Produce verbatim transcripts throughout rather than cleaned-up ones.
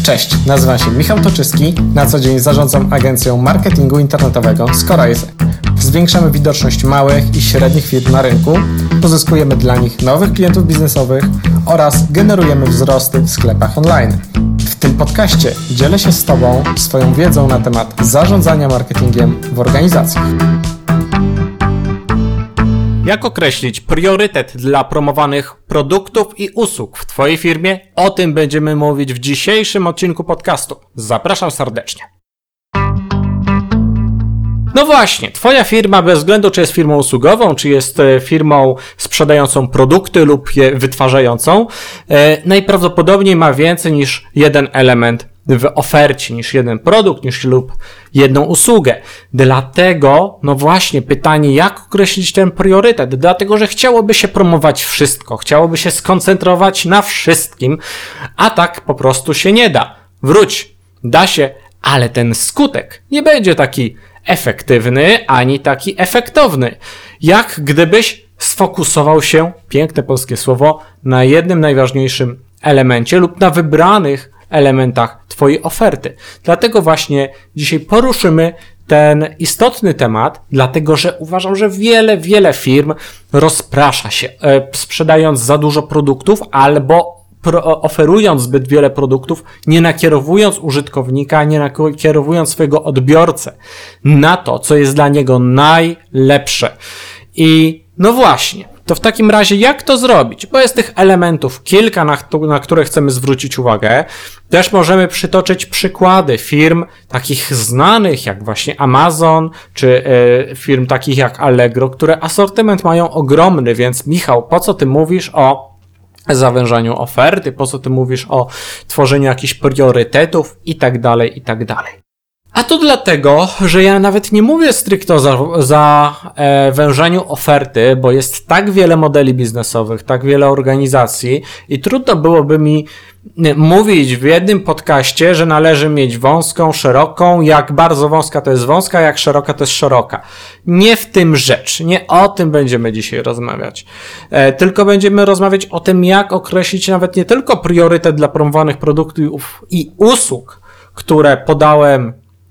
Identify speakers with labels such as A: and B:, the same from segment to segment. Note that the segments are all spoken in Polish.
A: Cześć, nazywam się Michał Toczyski, na co dzień zarządzam agencją marketingu internetowego Scorise. Zwiększamy widoczność małych i średnich firm na rynku, pozyskujemy dla nich nowych klientów biznesowych oraz generujemy wzrosty w sklepach online. W tym podcaście dzielę się z Tobą swoją wiedzą na temat zarządzania marketingiem w organizacjach. Jak określić priorytet dla promowanych produktów i usług w Twojej firmie? O tym będziemy mówić w dzisiejszym odcinku podcastu. Zapraszam serdecznie. No właśnie, Twoja firma, bez względu czy jest firmą usługową, czy jest firmą sprzedającą produkty lub je wytwarzającą, najprawdopodobniej ma więcej niż jeden element w ofercie, niż jeden produkt, niż lub jedną usługę. Dlatego, no właśnie, pytanie, jak określić ten priorytet? Dlatego, że chciałoby się promować wszystko, chciałoby się skoncentrować na wszystkim, a tak po prostu się nie da. Wróć, da się, ale ten skutek nie będzie taki efektywny, ani taki efektowny. Jak gdybyś sfokusował się, piękne polskie słowo, na jednym najważniejszym elemencie lub na wybranych elementach Twojej oferty. Dlatego właśnie dzisiaj poruszymy ten istotny temat, dlatego że uważam, że wiele, wiele firm rozprasza się, e, sprzedając za dużo produktów albo pro, oferując zbyt wiele produktów, nie nakierowując użytkownika, nie nakierowując swojego odbiorcę na to, co jest dla niego najlepsze. I no właśnie, to w takim razie jak to zrobić? Bo jest tych elementów kilka, na, na które chcemy zwrócić uwagę. Też możemy przytoczyć przykłady firm takich znanych jak właśnie Amazon, czy y, firm takich jak Allegro, które asortyment mają ogromny, więc Michał, po co ty mówisz o zawężaniu oferty, po co ty mówisz o tworzeniu jakichś priorytetów i tak dalej, i tak dalej. A to dlatego, że ja nawet nie mówię stricte za, za e, wężeniu oferty, bo jest tak wiele modeli biznesowych, tak wiele organizacji i trudno byłoby mi mówić w jednym podcaście, że należy mieć wąską, szeroką, jak bardzo wąska to jest wąska, jak szeroka to jest szeroka. Nie w tym rzecz, nie o tym będziemy dzisiaj rozmawiać, e, tylko będziemy rozmawiać o tym, jak określić nawet nie tylko priorytet dla promowanych produktów i usług, które podałem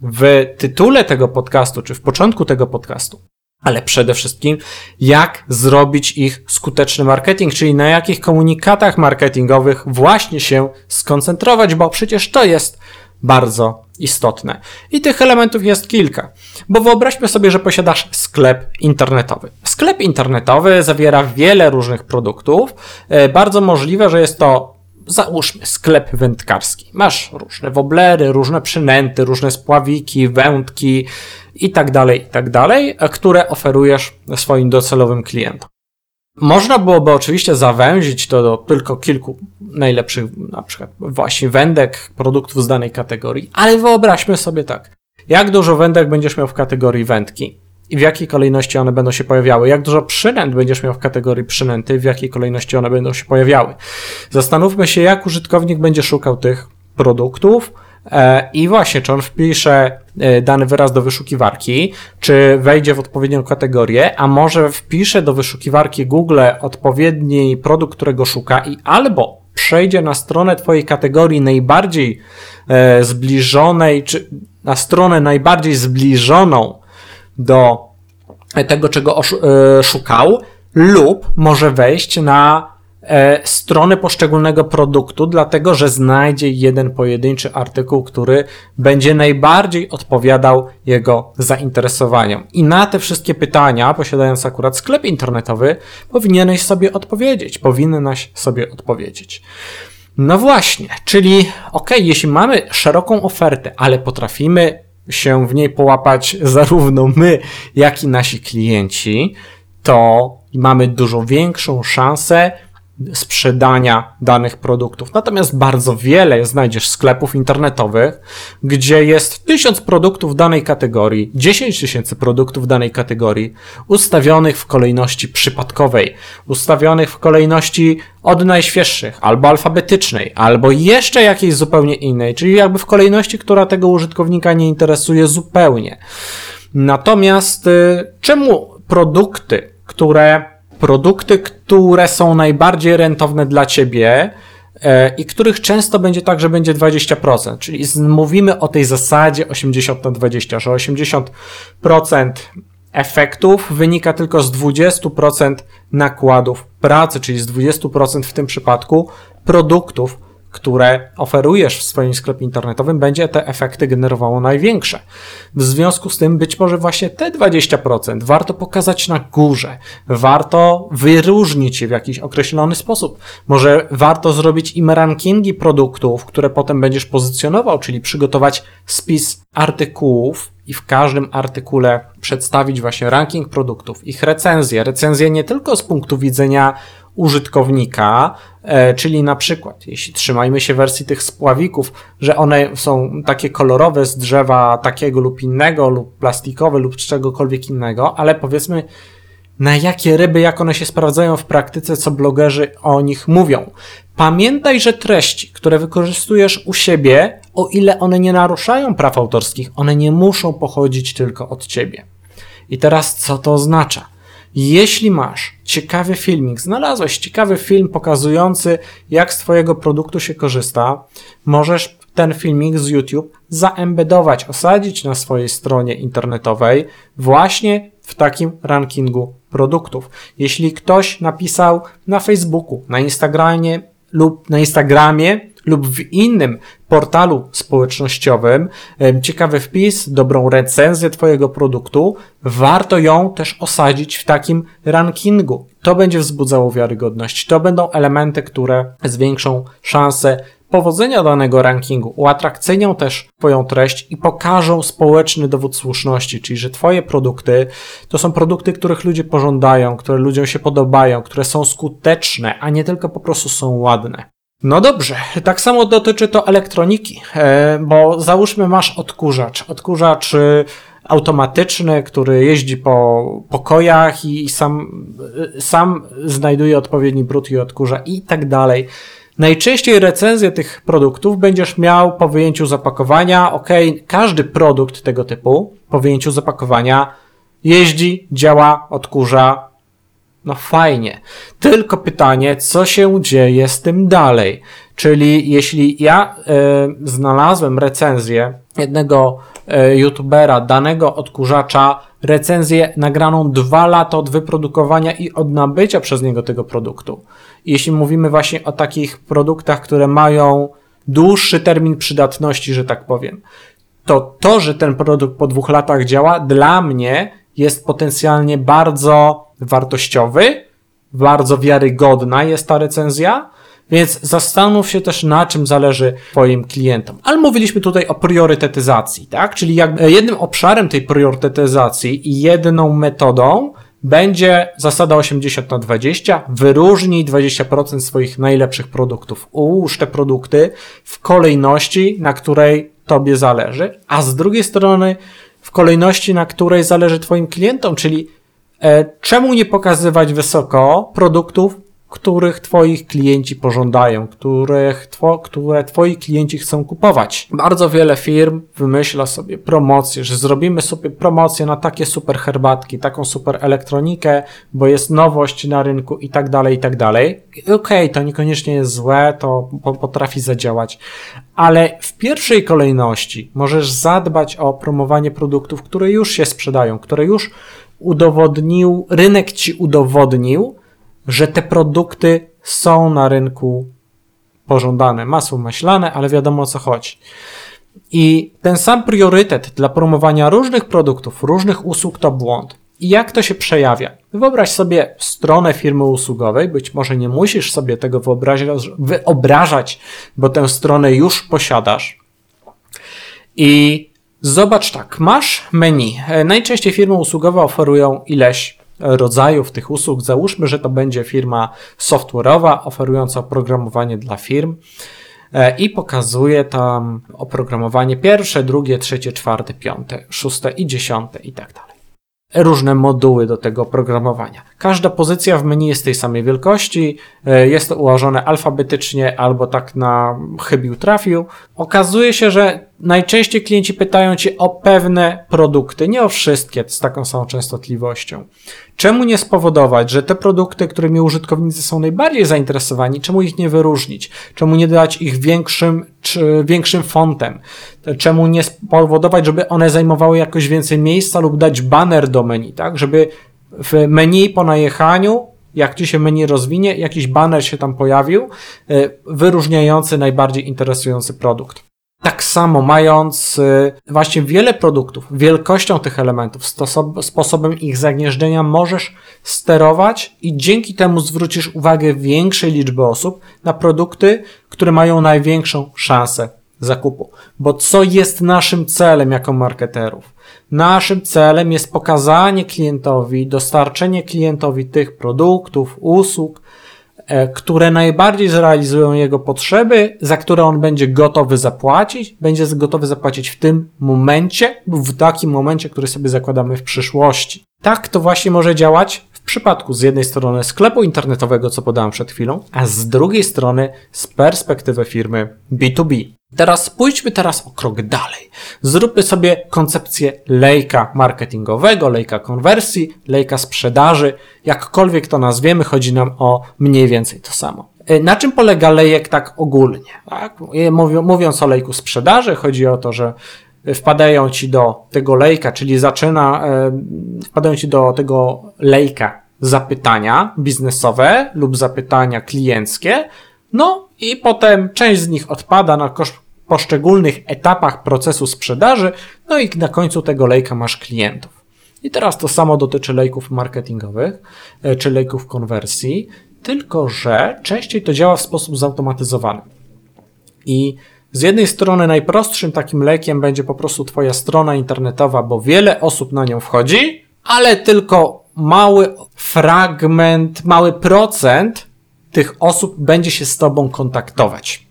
A: w tytule tego podcastu, czy w początku tego podcastu, ale przede wszystkim jak zrobić ich skuteczny marketing, czyli na jakich komunikatach marketingowych właśnie się skoncentrować, bo przecież to jest bardzo istotne. I tych elementów jest kilka, bo wyobraźmy sobie, że posiadasz sklep internetowy. Sklep internetowy zawiera wiele różnych produktów, bardzo możliwe, że jest to, załóżmy, sklep wędkarski. Masz różne woblery, różne przynęty, różne spławiki, wędki i tak dalej, i tak dalej, które oferujesz swoim docelowym klientom. Można byłoby oczywiście zawęzić to do tylko kilku najlepszych, na przykład właśnie wędek, produktów z danej kategorii, ale wyobraźmy sobie tak. Jak dużo wędek będziesz miał w kategorii wędki? I w jakiej kolejności one będą się pojawiały? Jak dużo przynęt będziesz miał w kategorii przynęty? W jakiej kolejności one będą się pojawiały? Zastanówmy się, jak użytkownik będzie szukał tych produktów e, i właśnie, czy on wpisze e, dany wyraz do wyszukiwarki, czy wejdzie w odpowiednią kategorię, a może wpisze do wyszukiwarki Google odpowiedni produkt, którego szuka i albo przejdzie na stronę Twojej kategorii najbardziej e, zbliżonej, czy na stronę najbardziej zbliżoną do tego, czego szukał, lub może wejść na stronę poszczególnego produktu, dlatego że znajdzie jeden pojedynczy artykuł, który będzie najbardziej odpowiadał jego zainteresowaniom. I na te wszystkie pytania, posiadając akurat sklep internetowy, powinieneś sobie odpowiedzieć, powinnaś sobie odpowiedzieć. No właśnie, czyli okej, okay, jeśli mamy szeroką ofertę, ale potrafimy się w niej połapać zarówno my, jak i nasi klienci, to mamy dużo większą szansę sprzedania danych produktów. Natomiast bardzo wiele znajdziesz sklepów internetowych, gdzie jest tysiąc produktów w danej kategorii, dziesięć tysięcy produktów w danej kategorii, ustawionych w kolejności przypadkowej, ustawionych w kolejności od najświeższych, albo alfabetycznej, albo jeszcze jakiejś zupełnie innej, czyli jakby w kolejności, która tego użytkownika nie interesuje zupełnie. Natomiast czemu produkty, które Produkty, które są najbardziej rentowne dla Ciebie, i których często będzie tak, że będzie dwadzieścia procent, czyli mówimy o tej zasadzie osiemdziesiąt na dwadzieścia, że osiemdziesiąt procent efektów wynika tylko z dwadzieścia procent nakładów pracy, czyli z dwadzieścia procent w tym przypadku produktów, które oferujesz w swoim sklepie internetowym, będzie te efekty generowało największe. W związku z tym być może właśnie te dwadzieścia procent warto pokazać na górze, warto wyróżnić je w jakiś określony sposób. Może warto zrobić im rankingi produktów, które potem będziesz pozycjonował, czyli przygotować spis artykułów i w każdym artykule przedstawić właśnie ranking produktów, ich recenzje. Recenzje nie tylko z punktu widzenia użytkownika, e, czyli na przykład, jeśli trzymajmy się wersji tych spławików, że one są takie kolorowe z drzewa takiego lub innego, lub plastikowe, lub z czegokolwiek innego, ale powiedzmy, na jakie ryby, jak one się sprawdzają w praktyce, co blogerzy o nich mówią. Pamiętaj, że treści, które wykorzystujesz u siebie, o ile one nie naruszają praw autorskich, one nie muszą pochodzić tylko od ciebie. I teraz co to oznacza? Jeśli masz ciekawy filmik, znalazłeś ciekawy film pokazujący, jak z twojego produktu się korzysta, możesz ten filmik z YouTube zaembedować, osadzić na swojej stronie internetowej właśnie w takim rankingu produktów. Jeśli ktoś napisał na Facebooku, na Instagramie lub na Instagramie lub w innym portalu społecznościowym ciekawy wpis, dobrą recenzję twojego produktu, warto ją też osadzić w takim rankingu. To będzie wzbudzało wiarygodność. To będą elementy, które zwiększą szanse powodzenia danego rankingu, uatrakcyjnią też twoją treść i pokażą społeczny dowód słuszności, czyli że twoje produkty to są produkty, których ludzie pożądają, które ludziom się podobają, które są skuteczne, a nie tylko po prostu są ładne. No dobrze, tak samo dotyczy to elektroniki, bo załóżmy masz odkurzacz, odkurzacz automatyczny, który jeździ po pokojach i sam, sam znajduje odpowiedni brud i odkurza i tak dalej. Najczęściej recenzję tych produktów będziesz miał po wyjęciu zapakowania. Ok, każdy produkt tego typu po wyjęciu zapakowania jeździ, działa, odkurza. No fajnie. Tylko pytanie, co się dzieje z tym dalej? Czyli jeśli ja y, znalazłem recenzję jednego y, youtubera danego odkurzacza, recenzję nagraną dwa lata od wyprodukowania i od nabycia przez niego tego produktu. Jeśli mówimy właśnie o takich produktach, które mają dłuższy termin przydatności, że tak powiem, to to, że ten produkt po dwóch latach działa, dla mnie jest potencjalnie bardzo wartościowy, bardzo wiarygodna jest ta recenzja, więc zastanów się też, na czym zależy twoim klientom. Ale mówiliśmy tutaj o priorytetyzacji, tak? Czyli jak jednym obszarem tej priorytetyzacji i jedną metodą będzie zasada osiemdziesiąt na dwadzieścia, wyróżnij dwadzieścia procent swoich najlepszych produktów. Ułóż te produkty w kolejności, na której tobie zależy, a z drugiej strony w kolejności, na której zależy twoim klientom, czyli e, czemu nie pokazywać wysoko produktów, których twoich klienci pożądają, których two, które twoi klienci chcą kupować. Bardzo wiele firm wymyśla sobie promocje, że zrobimy sobie promocję na takie super herbatki, taką super elektronikę, bo jest nowość na rynku i tak dalej, i tak dalej. Okej, okay, to niekoniecznie jest złe, to potrafi zadziałać, ale w pierwszej kolejności możesz zadbać o promowanie produktów, które już się sprzedają, które już udowodnił, rynek ci udowodnił, że te produkty są na rynku pożądane. Masło maślane, ale wiadomo o co chodzi. I ten sam priorytet dla promowania różnych produktów, różnych usług to błąd. I jak to się przejawia? Wyobraź sobie stronę firmy usługowej, być może nie musisz sobie tego wyobrażać, wyobrażać, bo tę stronę już posiadasz. I zobacz tak, masz menu. Najczęściej firmy usługowe oferują ileś rodzajów tych usług. Załóżmy, że to będzie firma software'owa oferująca oprogramowanie dla firm i pokazuje tam oprogramowanie pierwsze, drugie, trzecie, czwarte, piąte, szóste i dziesiąte i tak dalej. Różne moduły do tego oprogramowania. Każda pozycja w menu jest tej samej wielkości, jest to ułożone alfabetycznie albo tak na chybił trafił. Okazuje się, że najczęściej klienci pytają cię o pewne produkty, nie o wszystkie z taką samą częstotliwością. czemu nie spowodować, że te produkty, którymi użytkownicy są najbardziej zainteresowani, czemu ich nie wyróżnić? Czemu nie dać ich większym, czy większym fontem? Czemu nie spowodować, żeby one zajmowały jakoś więcej miejsca lub dać banner do menu, tak? Żeby w menu po najechaniu, jak ci się menu rozwinie, jakiś banner się tam pojawił, wyróżniający najbardziej interesujący produkt. Tak samo mając właśnie wiele produktów, wielkością tych elementów, sposobem ich zagnieżdżenia możesz sterować i dzięki temu zwrócisz uwagę większej liczby osób na produkty, które mają największą szansę zakupu. Bo co jest naszym celem jako marketerów? Naszym celem jest pokazanie klientowi, dostarczenie klientowi tych produktów, usług, które najbardziej zrealizują jego potrzeby, za które on będzie gotowy zapłacić, będzie gotowy zapłacić w tym momencie lub w takim momencie, który sobie zakładamy w przyszłości. Tak to właśnie może działać w przypadku z jednej strony sklepu internetowego, co podałem przed chwilą, a z drugiej strony z perspektywy firmy B dwa B. Teraz pójdźmy teraz o krok dalej. Zróbmy sobie koncepcję lejka marketingowego, lejka konwersji, lejka sprzedaży, jakkolwiek to nazwiemy, chodzi nam o mniej więcej to samo. Na czym polega lejek tak ogólnie? Tak? Mówiąc o lejku sprzedaży, chodzi o to, że wpadają ci do tego lejka, czyli zaczyna, wpadają ci do tego lejka zapytania biznesowe lub zapytania klienckie, no i potem część z nich odpada na koszt poszczególnych etapach procesu sprzedaży, no i na końcu tego lejka masz klientów. I teraz to samo dotyczy lejków marketingowych, czy lejków konwersji, tylko że częściej to działa w sposób zautomatyzowany. I z jednej strony najprostszym takim lejkiem będzie po prostu twoja strona internetowa, bo wiele osób na nią wchodzi, ale tylko mały fragment, mały procent tych osób będzie się z tobą kontaktować.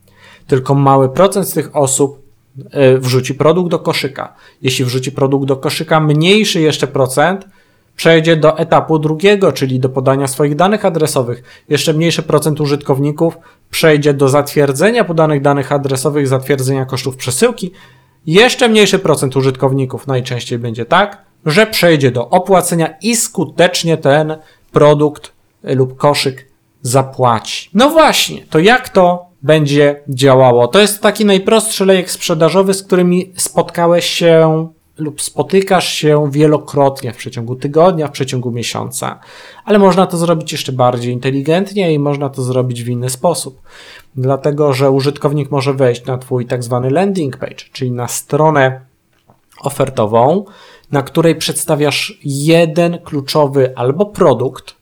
A: Tylko mały procent z tych osób wrzuci produkt do koszyka. Jeśli wrzuci produkt do koszyka, mniejszy jeszcze procent przejdzie do etapu drugiego, czyli do podania swoich danych adresowych. Jeszcze mniejszy procent użytkowników przejdzie do zatwierdzenia podanych danych adresowych, zatwierdzenia kosztów przesyłki. Jeszcze mniejszy procent użytkowników najczęściej będzie tak, że przejdzie do opłacenia i skutecznie ten produkt lub koszyk zapłaci. No właśnie, to jak to będzie działało? To jest taki najprostszy lejek sprzedażowy, z którymi spotkałeś się lub spotykasz się wielokrotnie w przeciągu tygodnia, w przeciągu miesiąca. Ale można to zrobić jeszcze bardziej inteligentnie i można to zrobić w inny sposób. Dlatego, że użytkownik może wejść na twój tak zwany landing page, czyli na stronę ofertową, na której przedstawiasz jeden kluczowy albo produkt,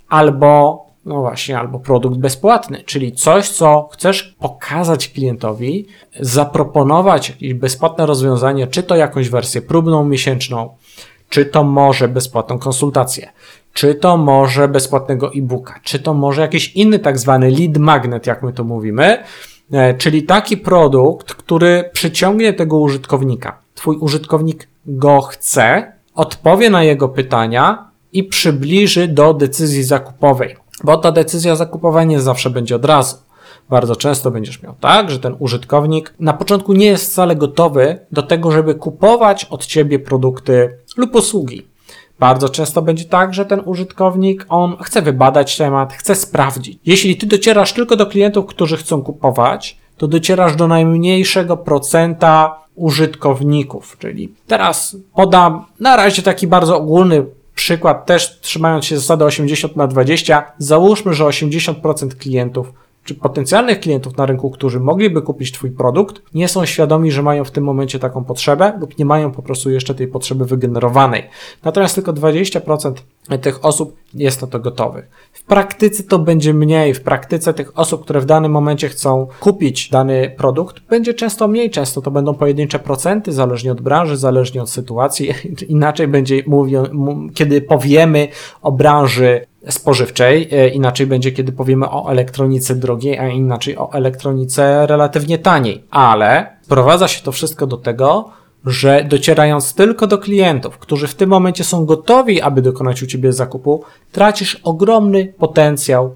A: albo no właśnie, albo produkt bezpłatny, czyli coś, co chcesz pokazać klientowi, zaproponować jakieś bezpłatne rozwiązanie, czy to jakąś wersję próbną miesięczną, czy to może bezpłatną konsultację, czy to może bezpłatnego e-booka, czy to może jakiś inny tak zwany lead magnet, jak my to mówimy, czyli taki produkt, który przyciągnie tego użytkownika. Twój użytkownik go chce, odpowie na jego pytania i przybliży do decyzji zakupowej. Bo ta decyzja zakupowa nie zawsze będzie od razu. Bardzo często będziesz miał tak, że ten użytkownik na początku nie jest wcale gotowy do tego, żeby kupować od ciebie produkty lub usługi. Bardzo często będzie tak, że ten użytkownik, on chce wybadać temat, chce sprawdzić. Jeśli ty docierasz tylko do klientów, którzy chcą kupować, to docierasz do najmniejszego procenta użytkowników. Czyli teraz podam na razie taki bardzo ogólny przykład, też trzymając się zasady osiemdziesiąt na dwadzieścia, załóżmy, że osiemdziesiąt procent klientów, czy potencjalnych klientów na rynku, którzy mogliby kupić twój produkt, nie są świadomi, że mają w tym momencie taką potrzebę lub nie mają po prostu jeszcze tej potrzeby wygenerowanej. Natomiast tylko dwadzieścia procent tych osób jest na to gotowych. W praktyce to będzie mniej. W praktyce tych osób, które w danym momencie chcą kupić dany produkt, będzie często mniej. Często to będą pojedyncze procenty, zależnie od branży, zależnie od sytuacji. Inaczej będzie, mówią, kiedy powiemy o branży spożywczej, inaczej będzie, kiedy powiemy o elektronice drogiej, a inaczej o elektronice relatywnie taniej. Ale sprowadza się to wszystko do tego, że docierając tylko do klientów, którzy w tym momencie są gotowi, aby dokonać u ciebie zakupu, tracisz ogromny potencjał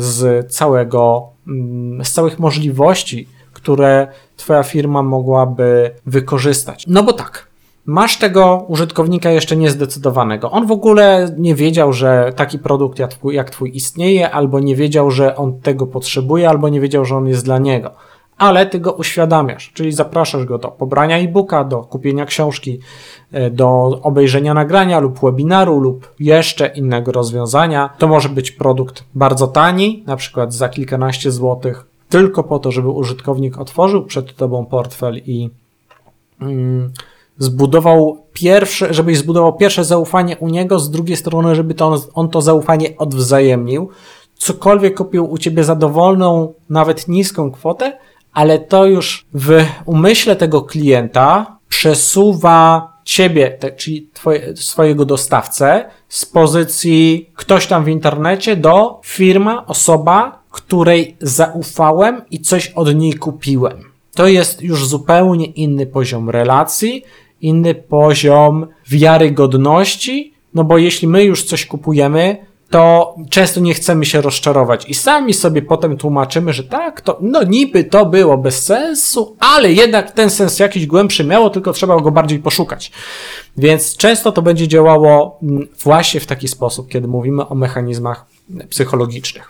A: z całego, z całych możliwości, które twoja firma mogłaby wykorzystać. No bo tak, masz tego użytkownika jeszcze niezdecydowanego. On w ogóle nie wiedział, że taki produkt jak twój, jak twój istnieje, albo nie wiedział, że on tego potrzebuje, albo nie wiedział, że on jest dla niego. Ale ty go uświadamiasz, czyli zapraszasz go do pobrania e-booka, do kupienia książki, do obejrzenia nagrania lub webinaru lub jeszcze innego rozwiązania. To może być produkt bardzo tani, na przykład za kilkanaście złotych, tylko po to, żeby użytkownik otworzył przed tobą portfel i mm, zbudował pierwsze, żebyś zbudował pierwsze zaufanie u niego, z drugiej strony, żeby to on, on to zaufanie odwzajemnił. Cokolwiek kupił u ciebie za dowolną, nawet niską kwotę, ale to już w umyśle tego klienta przesuwa ciebie, te, czyli twoje, swojego dostawcę z pozycji ktoś tam w internecie do firma, osoba, której zaufałem i coś od niej kupiłem. To jest już zupełnie inny poziom relacji, inny poziom wiarygodności, no bo jeśli my już coś kupujemy, to często nie chcemy się rozczarować i sami sobie potem tłumaczymy, że tak, to no niby to było bez sensu, ale jednak ten sens jakiś głębszy miało, tylko trzeba go bardziej poszukać. Więc często to będzie działało właśnie w taki sposób, kiedy mówimy o mechanizmach psychologicznych.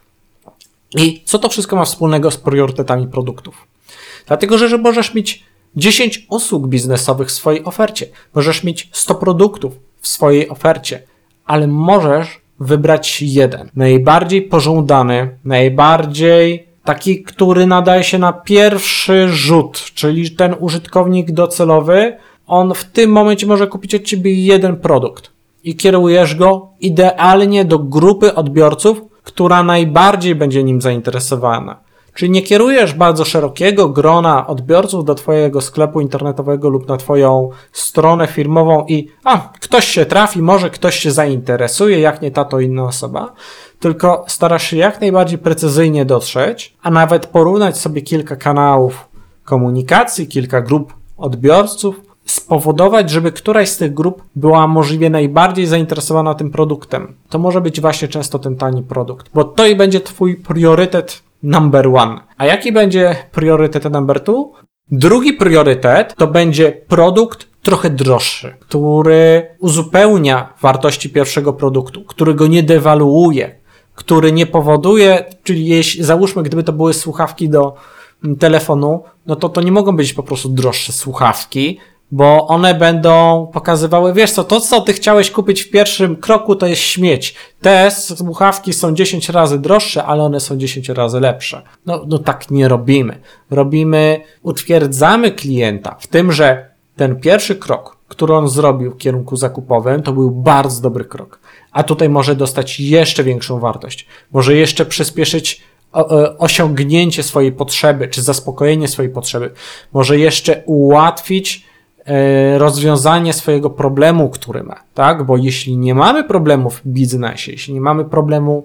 A: I co to wszystko ma wspólnego z priorytetami produktów? Dlatego, że, że możesz mieć dziesięć usług biznesowych w swojej ofercie, możesz mieć sto produktów w swojej ofercie, ale możesz wybrać jeden. Najbardziej pożądany, najbardziej taki, który nadaje się na pierwszy rzut, czyli ten użytkownik docelowy, on w tym momencie może kupić od ciebie jeden produkt i kierujesz go idealnie do grupy odbiorców, która najbardziej będzie nim zainteresowana. Czyli nie kierujesz bardzo szerokiego grona odbiorców do twojego sklepu internetowego lub na twoją stronę firmową i a, ktoś się trafi, może ktoś się zainteresuje, jak nie ta, to inna osoba, tylko starasz się jak najbardziej precyzyjnie dotrzeć, a nawet porównać sobie kilka kanałów komunikacji, kilka grup odbiorców, spowodować, żeby któraś z tych grup była możliwie najbardziej zainteresowana tym produktem. To może być właśnie często ten tani produkt, bo to i będzie twój priorytet number one. A jaki będzie priorytet number two? Drugi priorytet to będzie produkt trochę droższy, który uzupełnia wartości pierwszego produktu, który go nie dewaluuje, który nie powoduje, czyli jeśli, załóżmy, gdyby to były słuchawki do telefonu, no to to nie mogą być po prostu droższe słuchawki, bo one będą pokazywały, wiesz co, to co ty chciałeś kupić w pierwszym kroku to jest śmieć. Te słuchawki są dziesięć razy droższe, ale one są dziesięć razy lepsze. No, no tak nie robimy. Robimy, utwierdzamy klienta w tym, że ten pierwszy krok, który on zrobił w kierunku zakupowym, to był bardzo dobry krok. A tutaj może dostać jeszcze większą wartość. Może jeszcze przyspieszyć osiągnięcie swojej potrzeby, czy zaspokojenie swojej potrzeby. Może jeszcze ułatwić rozwiązanie swojego problemu, który ma, tak? Bo jeśli nie mamy problemu w biznesie, jeśli nie mamy problemu,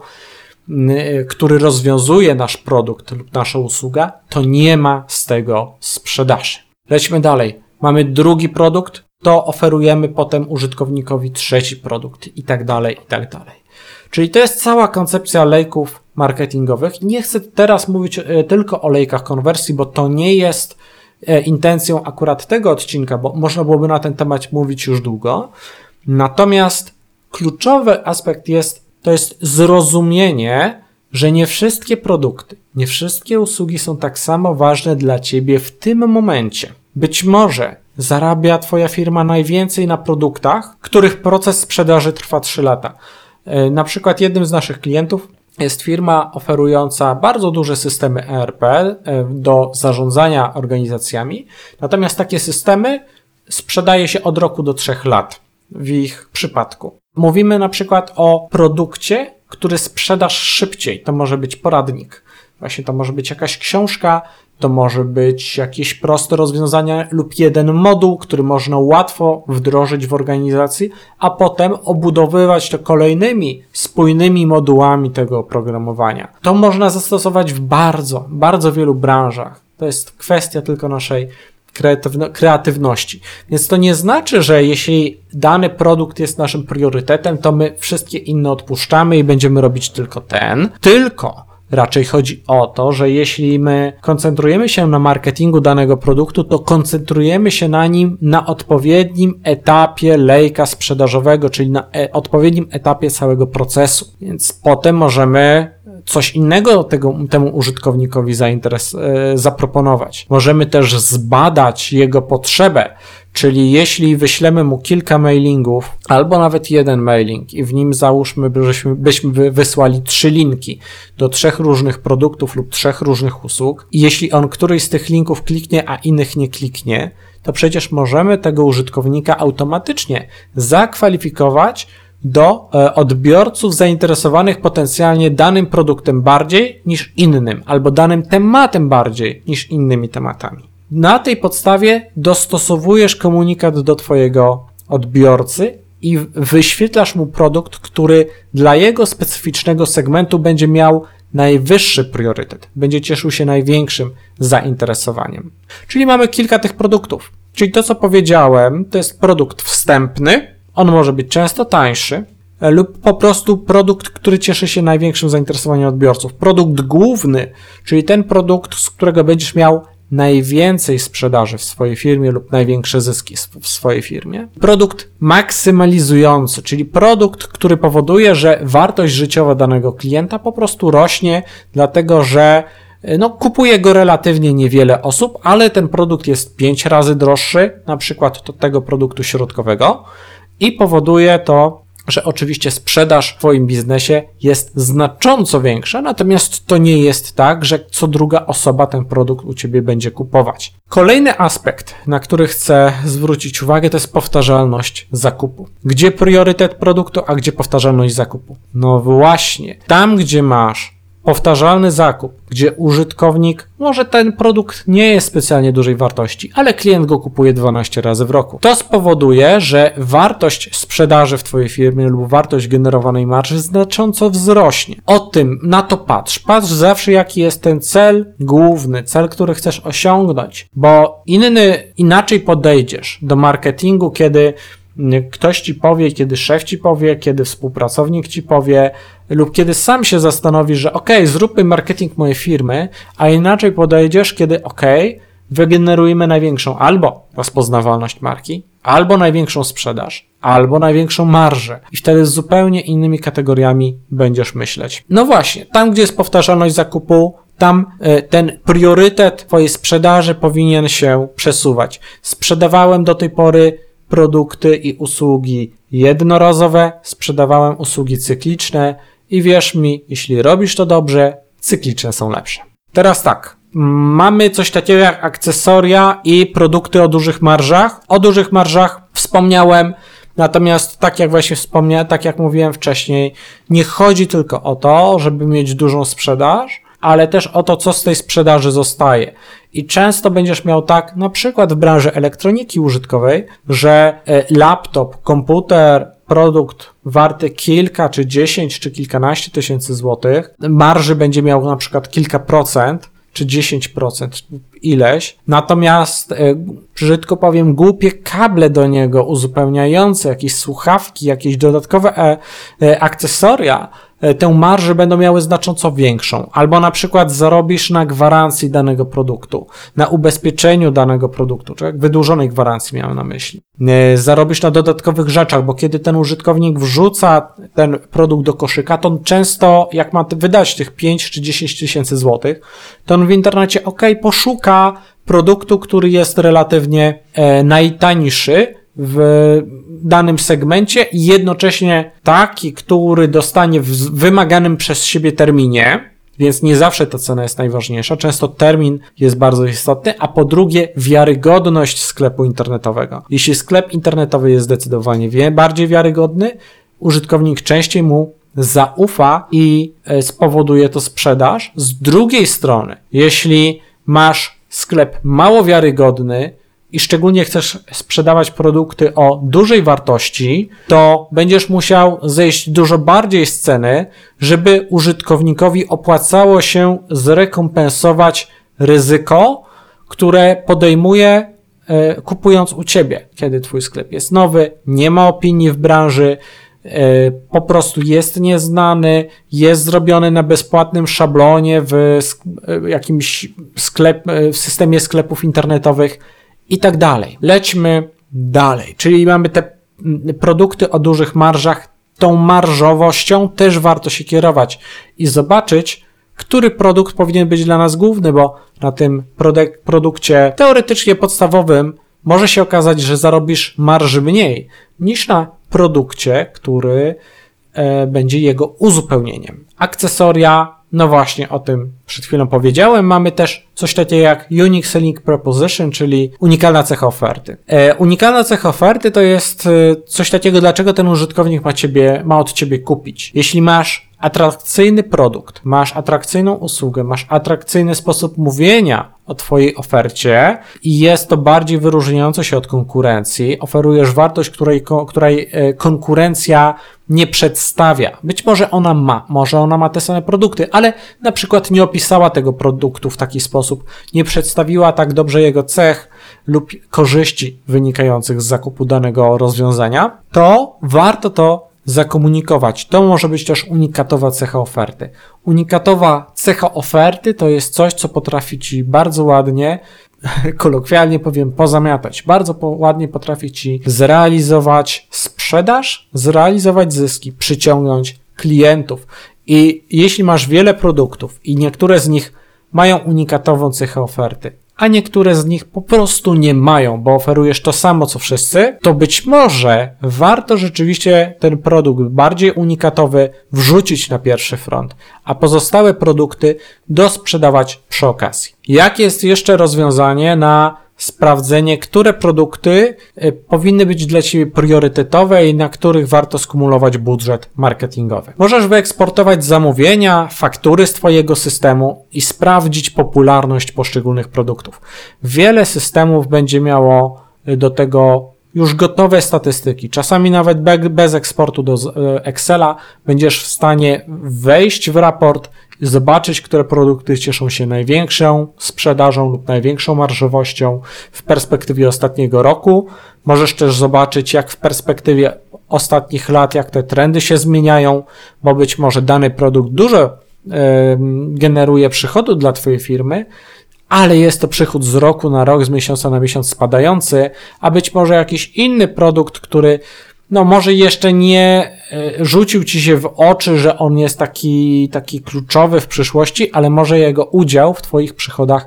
A: który rozwiązuje nasz produkt lub nasza usługa, to nie ma z tego sprzedaży. Lećmy dalej. Mamy drugi produkt, to oferujemy potem użytkownikowi trzeci produkt i tak dalej, i tak dalej. Czyli to jest cała koncepcja lejków marketingowych. Nie chcę teraz mówić tylko o lejkach konwersji, bo to nie jest intencją akurat tego odcinka, bo można byłoby na ten temat mówić już długo. Natomiast kluczowy aspekt jest, to jest zrozumienie, że nie wszystkie produkty, nie wszystkie usługi są tak samo ważne dla ciebie w tym momencie. Być może zarabia twoja firma najwięcej na produktach, których proces sprzedaży trwa trzy lata. Na przykład jednym z naszych klientów jest firma oferująca bardzo duże systemy E R P do zarządzania organizacjami, natomiast takie systemy sprzedaje się od roku do trzech lat w ich przypadku. Mówimy na przykład o produkcie, który sprzedasz szybciej. To może być poradnik, właśnie to może być jakaś książka, to może być jakieś proste rozwiązanie lub jeden moduł, który można łatwo wdrożyć w organizacji, a potem obudowywać to kolejnymi spójnymi modułami tego oprogramowania. To można zastosować w bardzo, bardzo wielu branżach. To jest kwestia tylko naszej kreatywności. Więc to nie znaczy, że jeśli dany produkt jest naszym priorytetem, to my wszystkie inne odpuszczamy i będziemy robić tylko ten. Tylko Raczej chodzi o to, że jeśli my koncentrujemy się na marketingu danego produktu, to koncentrujemy się na nim na odpowiednim etapie lejka sprzedażowego, czyli na e- odpowiednim etapie całego procesu. Więc potem możemy coś innego tego, temu użytkownikowi zainteres- e- zaproponować. Możemy też zbadać jego potrzebę, czyli jeśli wyślemy mu kilka mailingów, albo nawet jeden mailing i w nim załóżmy, byśmy, byśmy wysłali trzy linki do trzech różnych produktów lub trzech różnych usług i jeśli on któryś z tych linków kliknie, a innych nie kliknie, to przecież możemy tego użytkownika automatycznie zakwalifikować do e, odbiorców zainteresowanych potencjalnie danym produktem bardziej niż innym, albo danym tematem bardziej niż innymi tematami. Na tej podstawie dostosowujesz komunikat do twojego odbiorcy i wyświetlasz mu produkt, który dla jego specyficznego segmentu będzie miał najwyższy priorytet, będzie cieszył się największym zainteresowaniem. Czyli mamy kilka tych produktów. Czyli to, co powiedziałem, to jest produkt wstępny, on może być często tańszy, lub po prostu produkt, który cieszy się największym zainteresowaniem odbiorców. Produkt główny, czyli ten produkt, z którego będziesz miał najwięcej sprzedaży w swojej firmie lub największe zyski w swojej firmie. Produkt maksymalizujący, czyli produkt, który powoduje, że wartość życiowa danego klienta po prostu rośnie, dlatego że no, kupuje go relatywnie niewiele osób, ale ten produkt jest pięć razy droższy, na przykład od tego produktu środkowego i powoduje to, że oczywiście sprzedaż w twoim biznesie jest znacząco większa, natomiast to nie jest tak, że co druga osoba ten produkt u ciebie będzie kupować. Kolejny aspekt, na który chcę zwrócić uwagę, to jest powtarzalność zakupu. Gdzie priorytet produktu, a gdzie powtarzalność zakupu? No właśnie, tam gdzie masz powtarzalny zakup, gdzie użytkownik, może ten produkt nie jest specjalnie dużej wartości, ale klient go kupuje dwanaście razy w roku. To spowoduje, że wartość sprzedaży w twojej firmie lub wartość generowanej marży znacząco wzrośnie. O tym, na to patrz. Patrz zawsze, jaki jest ten cel główny, cel, który chcesz osiągnąć, bo inny, inaczej podejdziesz do marketingu, kiedy ktoś ci powie, kiedy szef ci powie, kiedy współpracownik ci powie lub kiedy sam się zastanowisz, że ok, zróbmy marketing mojej firmy, a inaczej podejdziesz, kiedy ok, wygenerujemy największą albo rozpoznawalność marki, albo największą sprzedaż, albo największą marżę i wtedy z zupełnie innymi kategoriami będziesz myśleć. No właśnie, tam gdzie jest powtarzalność zakupu, tam ten priorytet twojej sprzedaży powinien się przesuwać. Sprzedawałem do tej pory produkty i usługi jednorazowe, sprzedawałem usługi cykliczne i wierz mi, jeśli robisz to dobrze, cykliczne są lepsze. Teraz tak, mamy coś takiego jak akcesoria i produkty o dużych marżach. O dużych marżach wspomniałem, natomiast tak jak właśnie wspomniałem, tak jak mówiłem wcześniej, nie chodzi tylko o to, żeby mieć dużą sprzedaż, ale też o to, co z tej sprzedaży zostaje. I często będziesz miał tak, na przykład w branży elektroniki użytkowej, że laptop, komputer, produkt warty kilka, czy dziesięć, czy kilkanaście tysięcy złotych, marży będzie miał na przykład kilka procent, czy dziesięć procent, ileś. Natomiast, brzydko powiem, głupie kable do niego uzupełniające, jakieś słuchawki, jakieś dodatkowe e, e, akcesoria, e, tę marżę będą miały znacząco większą. Albo na przykład zarobisz na gwarancji danego produktu, na ubezpieczeniu danego produktu, czy wydłużonej gwarancji miałem na myśli. E, zarobisz na dodatkowych rzeczach, bo kiedy ten użytkownik wrzuca ten produkt do koszyka, to on często, jak ma wydać tych pięć czy dziesięć tysięcy złotych, to on w internecie ok, poszuka produktu, który jest relatywnie e, najtańszy w danym segmencie i jednocześnie taki, który dostanie w wymaganym przez siebie terminie, więc nie zawsze ta cena jest najważniejsza, często termin jest bardzo istotny, a po drugie wiarygodność sklepu internetowego. Jeśli sklep internetowy jest zdecydowanie bardziej wiarygodny, użytkownik częściej mu zaufa i spowoduje to sprzedaż. Z drugiej strony, jeśli masz sklep mało wiarygodny i szczególnie chcesz sprzedawać produkty o dużej wartości, to będziesz musiał zejść dużo bardziej z ceny, żeby użytkownikowi opłacało się zrekompensować ryzyko, które podejmuje kupując u ciebie, kiedy twój sklep jest nowy, nie ma opinii w branży, po prostu jest nieznany, jest zrobiony na bezpłatnym szablonie w jakimś sklep, w systemie sklepów internetowych i tak dalej. Lećmy dalej, czyli mamy te produkty o dużych marżach, tą marżowością też warto się kierować i zobaczyć, który produkt powinien być dla nas główny, bo na tym produk- produkcie teoretycznie podstawowym może się okazać, że zarobisz marży mniej niż na produkcie, który e, będzie jego uzupełnieniem. Akcesoria, no właśnie o tym przed chwilą powiedziałem. Mamy też coś takiego jak Unique Selling Proposition, czyli unikalna cecha oferty. E, unikalna cecha oferty to jest e, coś takiego, dlaczego ten użytkownik ma ciebie, ma od ciebie kupić. Jeśli masz atrakcyjny produkt, masz atrakcyjną usługę, masz atrakcyjny sposób mówienia o twojej ofercie i jest to bardziej wyróżniające się od konkurencji, oferujesz wartość, której, której konkurencja nie przedstawia. Być może ona ma, może ona ma te same produkty, ale na przykład nie opisała tego produktu w taki sposób, nie przedstawiła tak dobrze jego cech lub korzyści wynikających z zakupu danego rozwiązania, to warto to zakomunikować. To może być też unikatowa cecha oferty. Unikatowa cecha oferty to jest coś, co potrafi ci bardzo ładnie, kolokwialnie powiem, pozamiatać. Bardzo po, ładnie potrafi ci zrealizować sprzedaż, zrealizować zyski, przyciągnąć klientów. I jeśli masz wiele produktów i niektóre z nich mają unikatową cechę oferty, a niektóre z nich po prostu nie mają, bo oferujesz to samo co wszyscy, to być może warto rzeczywiście ten produkt bardziej unikatowy wrzucić na pierwszy front, a pozostałe produkty dosprzedawać przy okazji. Jakie jest jeszcze rozwiązanie na sprawdzenie, które produkty powinny być dla ciebie priorytetowe i na których warto skumulować budżet marketingowy? Możesz wyeksportować zamówienia, faktury z twojego systemu i sprawdzić popularność poszczególnych produktów. Wiele systemów będzie miało do tego już gotowe statystyki. Czasami nawet bez eksportu do Excela będziesz w stanie wejść w raport, zobaczyć, które produkty cieszą się największą sprzedażą lub największą marżowością w perspektywie ostatniego roku. Możesz też zobaczyć, jak w perspektywie ostatnich lat, jak te trendy się zmieniają, bo być może dany produkt dużo y, generuje przychodu dla twojej firmy, ale jest to przychód z roku na rok, z miesiąca na miesiąc spadający, a być może jakiś inny produkt, który no może jeszcze nie rzucił ci się w oczy, że on jest taki, taki kluczowy w przyszłości, ale może jego udział w twoich przychodach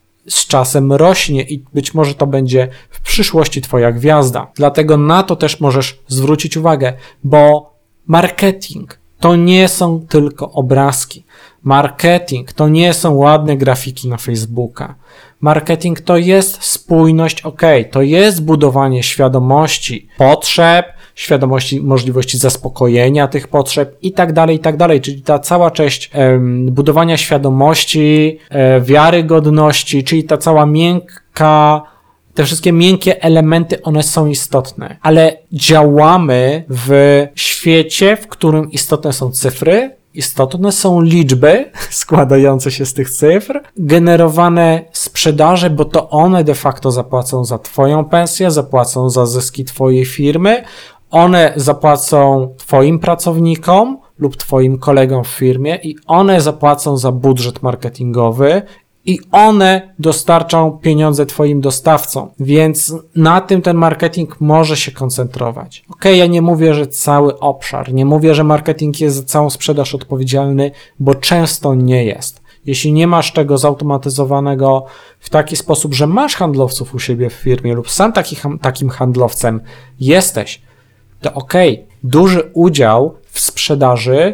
A: z czasem rośnie i być może to będzie w przyszłości twoja gwiazda. Dlatego na to też możesz zwrócić uwagę, bo marketing to nie są tylko obrazki. Marketing to nie są ładne grafiki na Facebooka. Marketing to jest spójność, ok, to jest budowanie świadomości potrzeb, świadomości możliwości zaspokojenia tych potrzeb i tak dalej, i tak dalej. Czyli ta cała część em, budowania świadomości, e, wiarygodności, czyli ta cała miękka, te wszystkie miękkie elementy, one są istotne, ale działamy w świecie, w którym istotne są cyfry, istotne są liczby składające się z tych cyfr, generowane sprzedaże, bo to one de facto zapłacą za twoją pensję, zapłacą za zyski twojej firmy, one zapłacą twoim pracownikom lub twoim kolegom w firmie i one zapłacą za budżet marketingowy i one dostarczą pieniądze twoim dostawcom, więc na tym ten marketing może się koncentrować. Okej, okay, ja nie mówię, że cały obszar, nie mówię, że marketing jest za całą sprzedaż odpowiedzialny, bo często nie jest. Jeśli nie masz tego zautomatyzowanego w taki sposób, że masz handlowców u siebie w firmie lub sam taki, takim handlowcem jesteś, to okej, okay, duży udział w sprzedaży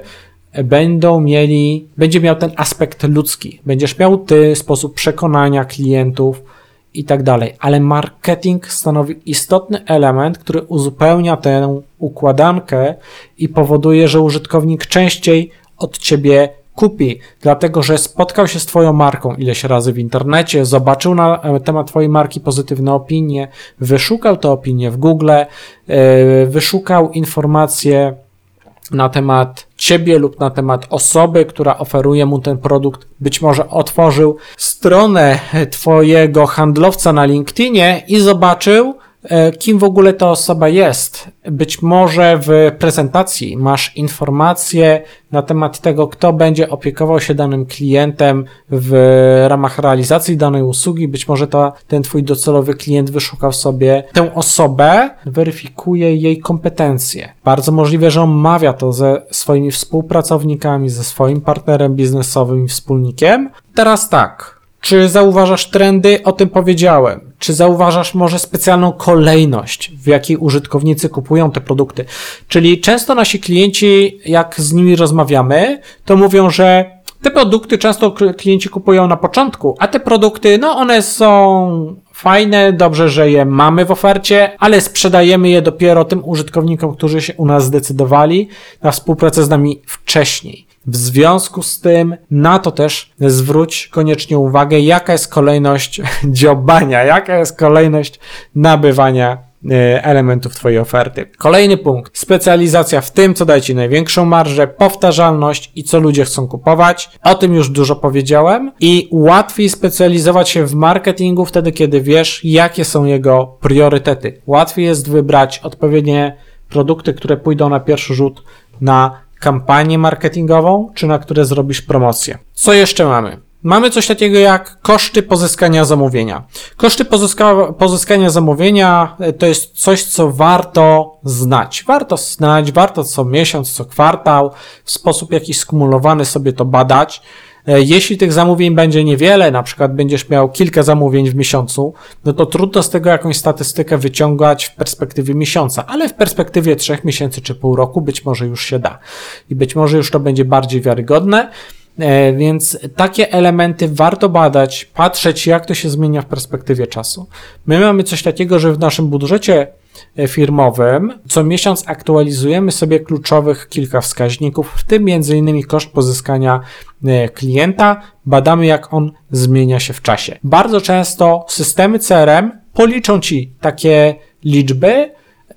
A: będą mieli, będzie miał ten aspekt ludzki. Będziesz miał ty, sposób przekonania klientów i tak dalej. Ale marketing stanowi istotny element, który uzupełnia tę układankę i powoduje, że użytkownik częściej od ciebie kupi, dlatego że spotkał się z twoją marką ileś razy w internecie, zobaczył na temat twojej marki pozytywne opinie, wyszukał te opinie w Google, wyszukał informacje na temat ciebie lub na temat osoby, która oferuje mu ten produkt. Być może otworzył stronę twojego handlowca na LinkedInie i zobaczył kim w ogóle ta osoba jest. Być może w prezentacji masz informacje na temat tego, kto będzie opiekował się danym klientem w ramach realizacji danej usługi. Być może ta, ten twój docelowy klient wyszukał sobie tę osobę, weryfikuje jej kompetencje. Bardzo możliwe, że omawia to ze swoimi współpracownikami, ze swoim partnerem biznesowym i wspólnikiem. Teraz tak. Czy zauważasz trendy? O tym powiedziałem. Czy zauważasz może specjalną kolejność, w jakiej użytkownicy kupują te produkty? Czyli często nasi klienci, jak z nimi rozmawiamy, to mówią, że te produkty często klienci kupują na początku, a te produkty, no one są fajne, dobrze, że je mamy w ofercie, ale sprzedajemy je dopiero tym użytkownikom, którzy się u nas zdecydowali na współpracę z nami wcześniej. W związku z tym na to też zwróć koniecznie uwagę, jaka jest kolejność dziobania, jaka jest kolejność nabywania elementów twojej oferty. Kolejny punkt. Specjalizacja w tym, co daje ci największą marżę, powtarzalność i co ludzie chcą kupować. O tym już dużo powiedziałem i łatwiej specjalizować się w marketingu wtedy, kiedy wiesz, jakie są jego priorytety. Łatwiej jest wybrać odpowiednie produkty, które pójdą na pierwszy rzut na kampanię marketingową, czy na które zrobisz promocję. Co jeszcze mamy? Mamy coś takiego jak koszty pozyskania zamówienia. Koszty pozyska- pozyskania zamówienia to jest coś, co warto znać. Warto znać, warto co miesiąc, co kwartał, w sposób jakiś skumulowany sobie to badać. Jeśli tych zamówień będzie niewiele, na przykład będziesz miał kilka zamówień w miesiącu, no to trudno z tego jakąś statystykę wyciągać w perspektywie miesiąca, ale w perspektywie trzech miesięcy czy pół roku być może już się da. I być może już to będzie bardziej wiarygodne, więc takie elementy warto badać, patrzeć jak to się zmienia w perspektywie czasu. My mamy coś takiego, że w naszym budżecie firmowym co miesiąc aktualizujemy sobie kluczowych kilka wskaźników, w tym między innymi koszt pozyskania klienta, badamy jak on zmienia się w czasie. Bardzo często systemy C R M policzą ci takie liczby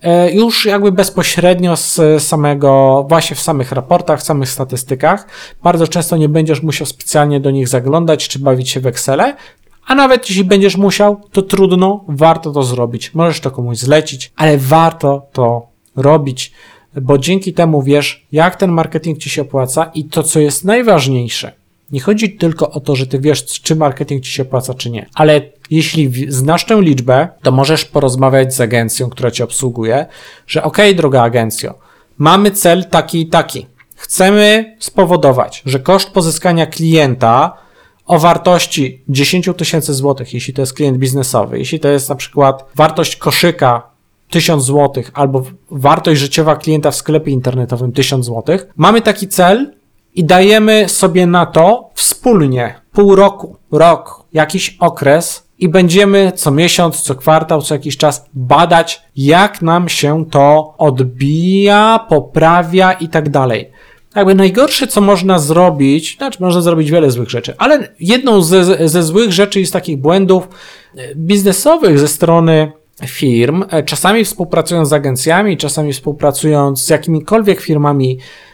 A: już jakby bezpośrednio z samego, właśnie w samych raportach, w samych statystykach. Bardzo często nie będziesz musiał specjalnie do nich zaglądać czy bawić się w Excele, a nawet jeśli będziesz musiał, to trudno, warto to zrobić. Możesz to komuś zlecić, ale warto to robić, bo dzięki temu wiesz, jak ten marketing ci się opłaca i to, co jest najważniejsze. Nie chodzi tylko o to, że ty wiesz, czy marketing ci się opłaca, czy nie, ale jeśli znasz tę liczbę, to możesz porozmawiać z agencją, która cię obsługuje, że okej, okay, droga agencjo, mamy cel taki i taki. Chcemy spowodować, że koszt pozyskania klienta o wartości dziesięć tysięcy złotych, jeśli to jest klient biznesowy, jeśli to jest na przykład wartość koszyka tysiąc złotych albo wartość życiowa klienta w sklepie internetowym tysiąc złotych, mamy taki cel i dajemy sobie na to wspólnie pół roku, rok, jakiś okres i będziemy co miesiąc, co kwartał, co jakiś czas badać, jak nam się to odbija, poprawia i tak dalej. Jakby najgorsze, co można zrobić, znaczy można zrobić wiele złych rzeczy, ale jedną ze, ze złych rzeczy jest takich błędów biznesowych ze strony firm, czasami współpracując z agencjami, czasami współpracując z jakimikolwiek firmami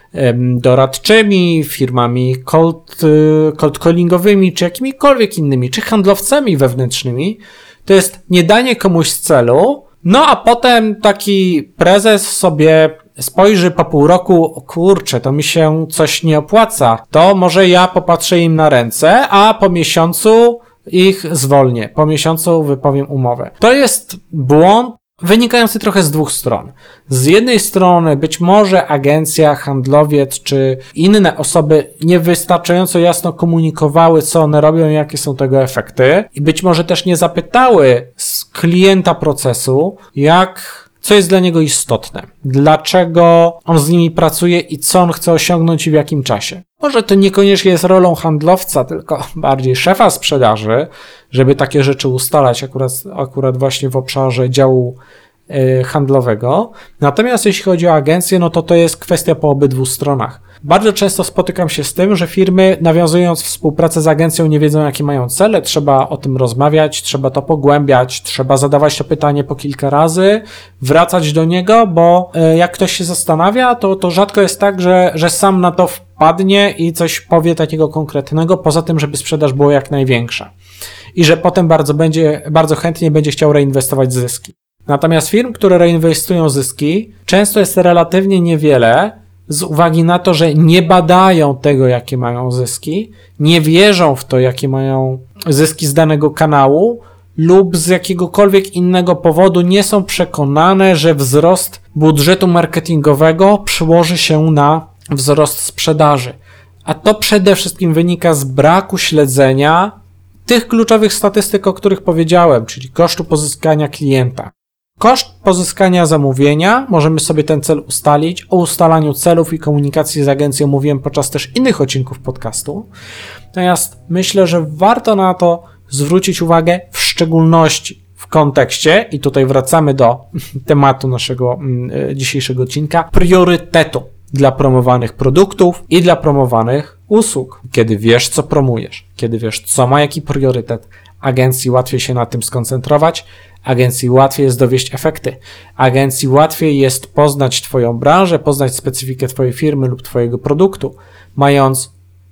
A: doradczymi, firmami cold, cold callingowymi, czy jakimikolwiek innymi, czy handlowcami wewnętrznymi, to jest nie danie komuś celu, no a potem taki prezes sobie spojrzy po pół roku, kurczę, to mi się coś nie opłaca, to może ja popatrzę im na ręce, a po miesiącu ich zwolnię, po miesiącu wypowiem umowę. To jest błąd wynikający trochę z dwóch stron. Z jednej strony być może agencja, handlowiec czy inne osoby niewystarczająco jasno komunikowały, co one robią i jakie są tego efekty i być może też nie zapytały z klienta procesu, jak co jest dla niego istotne, dlaczego on z nimi pracuje i co on chce osiągnąć i w jakim czasie. Może to niekoniecznie jest rolą handlowca, tylko bardziej szefa sprzedaży, żeby takie rzeczy ustalać akurat, akurat właśnie w obszarze działu yy, handlowego. Natomiast jeśli chodzi o agencję, no to to jest kwestia po obydwu stronach. Bardzo często spotykam się z tym, że firmy nawiązując współpracę z agencją nie wiedzą jakie mają cele, trzeba o tym rozmawiać, trzeba to pogłębiać, trzeba zadawać to pytanie po kilka razy, wracać do niego, bo jak ktoś się zastanawia, to, to rzadko jest tak, że, że sam na to wpadnie i coś powie takiego konkretnego, poza tym, żeby sprzedaż była jak największa. I że potem bardzo będzie, bardzo chętnie będzie chciał reinwestować zyski. Natomiast firm, które reinwestują zyski, często jest relatywnie niewiele, z uwagi na to, że nie badają tego, jakie mają zyski, nie wierzą w to, jakie mają zyski z danego kanału, lub z jakiegokolwiek innego powodu nie są przekonane, że wzrost budżetu marketingowego przełoży się na wzrost sprzedaży. A to przede wszystkim wynika z braku śledzenia tych kluczowych statystyk, o których powiedziałem, czyli kosztu pozyskania klienta. Koszt pozyskania zamówienia, możemy sobie ten cel ustalić. O ustalaniu celów i komunikacji z agencją mówiłem podczas też innych odcinków podcastu. Natomiast myślę, że warto na to zwrócić uwagę w szczególności w kontekście, i tutaj wracamy do tematu naszego dzisiejszego odcinka, priorytetu dla promowanych produktów i dla promowanych usług. Kiedy wiesz, co promujesz, kiedy wiesz, co ma jaki priorytet, agencji łatwiej się na tym skoncentrować, agencji łatwiej jest dowieść efekty, agencji łatwiej jest poznać Twoją branżę, poznać specyfikę Twojej firmy lub Twojego produktu, mając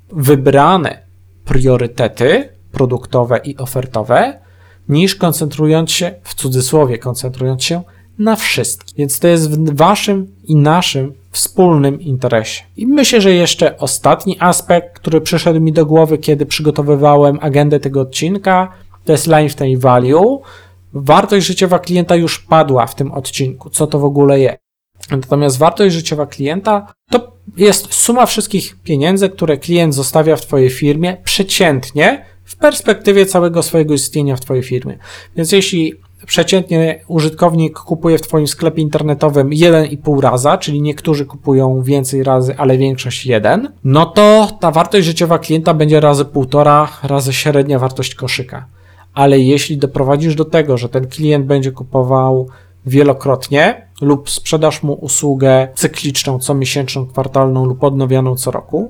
A: wybrane priorytety produktowe i ofertowe, niż koncentrując się, w cudzysłowie, koncentrując się na wszystkim. Więc to jest w Waszym i naszym wspólnym interesie. I myślę, że jeszcze ostatni aspekt, który przyszedł mi do głowy, kiedy przygotowywałem agendę tego odcinka, to jest lifetime value. Wartość życiowa klienta już padła w tym odcinku. Co to w ogóle jest? Natomiast wartość życiowa klienta to jest suma wszystkich pieniędzy, które klient zostawia w Twojej firmie przeciętnie w perspektywie całego swojego istnienia w Twojej firmie. Więc jeśli przeciętnie użytkownik kupuje w Twoim sklepie internetowym jeden i pół raza, czyli niektórzy kupują więcej razy, ale większość jeden, no to ta wartość życiowa klienta będzie razy półtora, razy średnia wartość koszyka. Ale jeśli doprowadzisz do tego, że ten klient będzie kupował wielokrotnie lub sprzedasz mu usługę cykliczną, comiesięczną, kwartalną lub odnowianą co roku,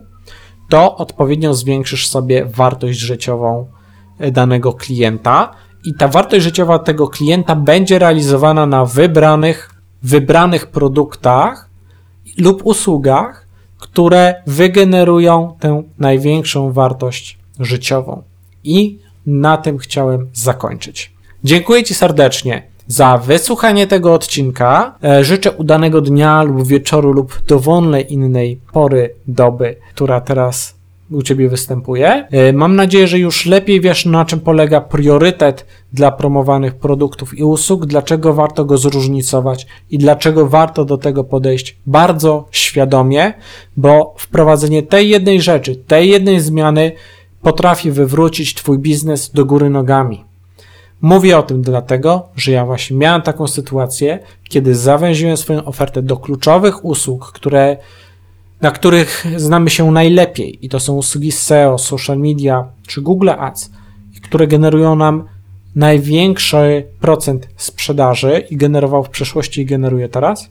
A: to odpowiednio zwiększysz sobie wartość życiową danego klienta i ta wartość życiowa tego klienta będzie realizowana na wybranych, wybranych produktach lub usługach, które wygenerują tę największą wartość życiową. I na tym chciałem zakończyć. Dziękuję Ci serdecznie za wysłuchanie tego odcinka. Życzę udanego dnia lub wieczoru lub dowolnej innej pory doby, która teraz u Ciebie występuje. Mam nadzieję, że już lepiej wiesz, na czym polega priorytet dla promowanych produktów i usług, dlaczego warto go zróżnicować i dlaczego warto do tego podejść bardzo świadomie, bo wprowadzenie tej jednej rzeczy, tej jednej zmiany potrafi wywrócić Twój biznes do góry nogami. Mówię o tym dlatego, że ja właśnie miałem taką sytuację, kiedy zawęziłem swoją ofertę do kluczowych usług, które, na których znamy się najlepiej i to są usługi S E O, social media czy Google Ads, które generują nam największy procent sprzedaży i generował w przeszłości i generuje teraz.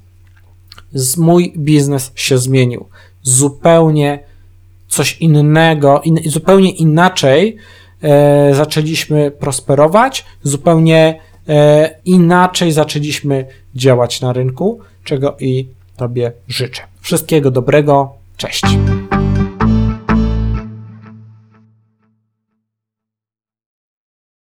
A: Z mój biznes się zmienił. Zupełnie coś innego, in, zupełnie inaczej e, zaczęliśmy prosperować, zupełnie e, inaczej zaczęliśmy działać na rynku, czego i Tobie życzę. Wszystkiego dobrego, cześć.